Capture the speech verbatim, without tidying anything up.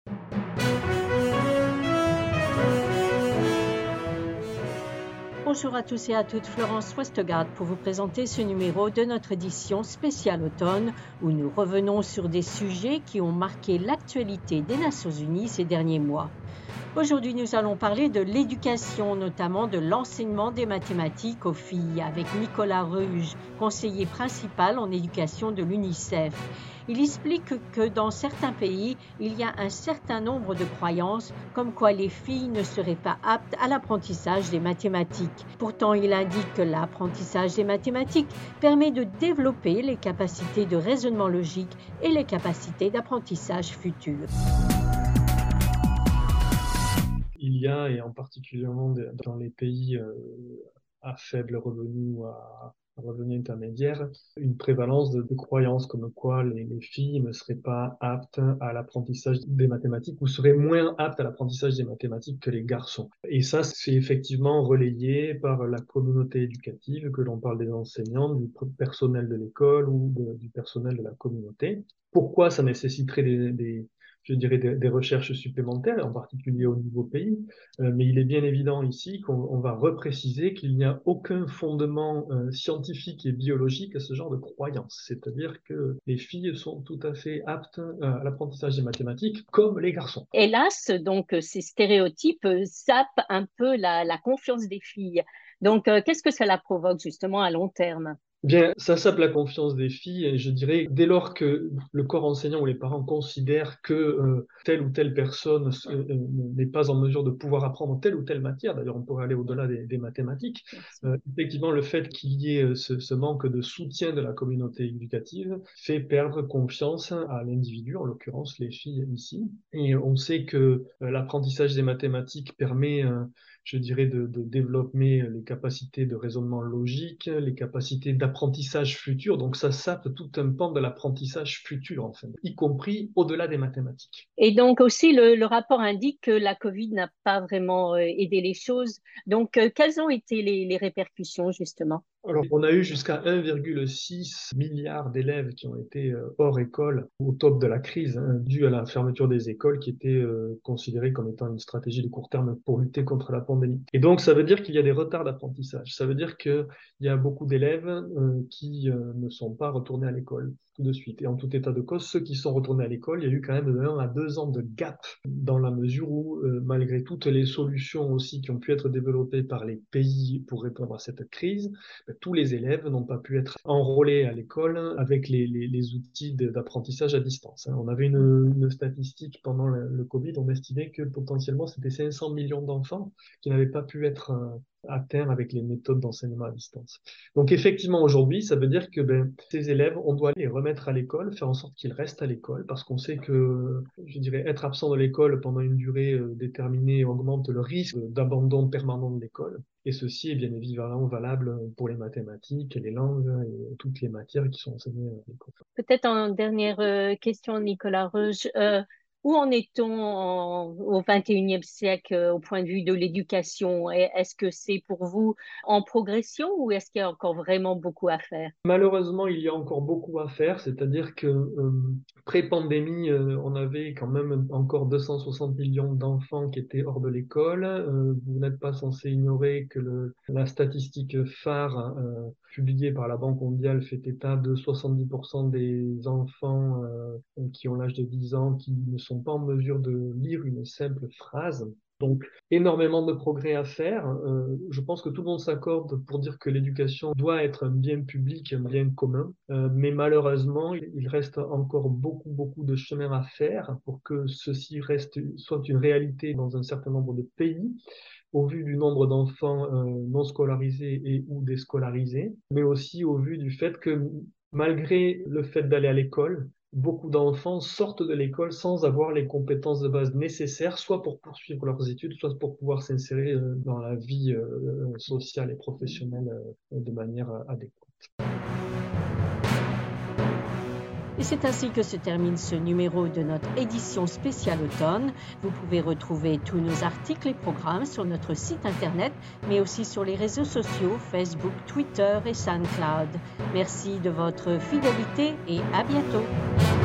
Bonjour à tous et à toutes, Florence Westgard pour vous présenter ce numéro de notre édition spéciale automne où nous revenons sur des sujets qui ont marqué l'actualité des Nations Unies ces derniers mois. Aujourd'hui, nous allons parler de l'éducation, notamment de l'enseignement des mathématiques aux filles, avec Nicolas Ruge, conseiller principal en éducation de l'UNICEF. Il explique que dans certains pays, il y a un certain nombre de croyances comme quoi les filles ne seraient pas aptes à l'apprentissage des mathématiques. Pourtant, il indique que l'apprentissage des mathématiques permet de développer les capacités de raisonnement logique et les capacités d'apprentissage futures. Il y a, et en particulièrement dans les pays euh, à faible revenu ou à, à revenu intermédiaire, une prévalence de, de croyances comme quoi les, les filles ne seraient pas aptes à l'apprentissage des mathématiques ou seraient moins aptes à l'apprentissage des mathématiques que les garçons. Et ça, c'est effectivement relayé par la communauté éducative, que l'on parle des enseignants, du personnel de l'école ou de, du personnel de la communauté. Pourquoi ça nécessiterait des, des je dirais, des, des recherches supplémentaires, en particulier au niveau pays, euh, mais il est bien évident ici qu'on on va repréciser qu'il n'y a aucun fondement euh, scientifique et biologique à ce genre de croyance. C'est-à-dire que les filles sont tout à fait aptes euh, à l'apprentissage des mathématiques, comme les garçons. Hélas, donc, ces stéréotypes sapent un peu la, la confiance des filles. Donc, euh, qu'est-ce que cela provoque justement à long terme ? Bien, ça sape la confiance des filles et je dirais dès lors que le corps enseignant ou les parents considèrent que euh, telle ou telle personne euh, n'est pas en mesure de pouvoir apprendre telle ou telle matière, d'ailleurs on pourrait aller au-delà des, des mathématiques, euh, effectivement le fait qu'il y ait ce, ce manque de soutien de la communauté éducative fait perdre confiance à l'individu, en l'occurrence les filles ici. Et on sait que euh, l'apprentissage des mathématiques permet euh, je dirais, de, de développer les capacités de raisonnement logique, les capacités d'apprentissage futur. Donc, ça sape tout un pan de l'apprentissage futur, en fait, y compris au-delà des mathématiques. Et donc aussi, le, le rapport indique que la Covid n'a pas vraiment euh, aidé les choses. Donc, euh, quelles ont été les, les répercussions, justement ? Alors, on a eu jusqu'à un virgule six milliard d'élèves qui ont été euh, hors école au top de la crise, hein, due à la fermeture des écoles qui était euh, considérée comme étant une stratégie de court terme pour lutter contre la pandémie. Et donc, ça veut dire qu'il y a des retards d'apprentissage. Ça veut dire qu'il y a beaucoup d'élèves euh, qui euh, ne sont pas retournés à l'école tout de suite. Et en tout état de cause, ceux qui sont retournés à l'école, il y a eu quand même de un à deux ans de gap dans la mesure où, euh, malgré toutes les solutions aussi qui ont pu être développées par les pays pour répondre à cette crise, tous les élèves n'ont pas pu être enrôlés à l'école avec les, les, les outils d'apprentissage à distance. On avait une, une statistique pendant le, le Covid, on estimait que potentiellement c'était cinq cents millions d'enfants qui n'avaient pas pu être atteints avec les méthodes d'enseignement à distance. Donc effectivement aujourd'hui, ça veut dire que ben, ces élèves, on doit les remettre à l'école, faire en sorte qu'ils restent à l'école, parce qu'on sait que, je dirais, être absent de l'école pendant une durée euh, déterminée augmente le risque d'abandon permanent de l'école. Et ceci est bien évidemment valable pour les mathématiques, les langues et toutes les matières qui sont enseignées à l'école. Peut-être en dernière euh, question, Nicolas Ruge, euh, où en est-on en, au vingt et unième siècle euh, au point de vue de l'éducation ? Est-ce que c'est pour vous en progression ou est-ce qu'il y a encore vraiment beaucoup à faire ? Malheureusement, il y a encore beaucoup à faire, c'est-à-dire que euh, pré-pandémie, euh, on avait quand même encore deux cent soixante millions d'enfants qui étaient hors de l'école. Euh, vous n'êtes pas censé ignorer que le, la statistique phare euh, publiée par la Banque mondiale fait état de soixante-dix pour cent des enfants euh, qui ont l'âge de dix ans qui ne sont pas en mesure de lire une simple phrase. Donc, énormément de progrès à faire. Euh, je pense que tout le monde s'accorde pour dire que l'éducation doit être un bien public, un bien commun. Euh, mais malheureusement, il reste encore beaucoup, beaucoup de chemin à faire pour que ceci reste, soit une réalité dans un certain nombre de pays, au vu du nombre d'enfants euh, non scolarisés et ou déscolarisés, mais aussi au vu du fait que malgré le fait d'aller à l'école, beaucoup d'enfants sortent de l'école sans avoir les compétences de base nécessaires, soit pour poursuivre leurs études, soit pour pouvoir s'insérer dans la vie sociale et professionnelle de manière adéquate. Et c'est ainsi que se termine ce numéro de notre édition spéciale automne. Vous pouvez retrouver tous nos articles et programmes sur notre site internet, mais aussi sur les réseaux sociaux, Facebook, Twitter et SoundCloud. Merci de votre fidélité et à bientôt.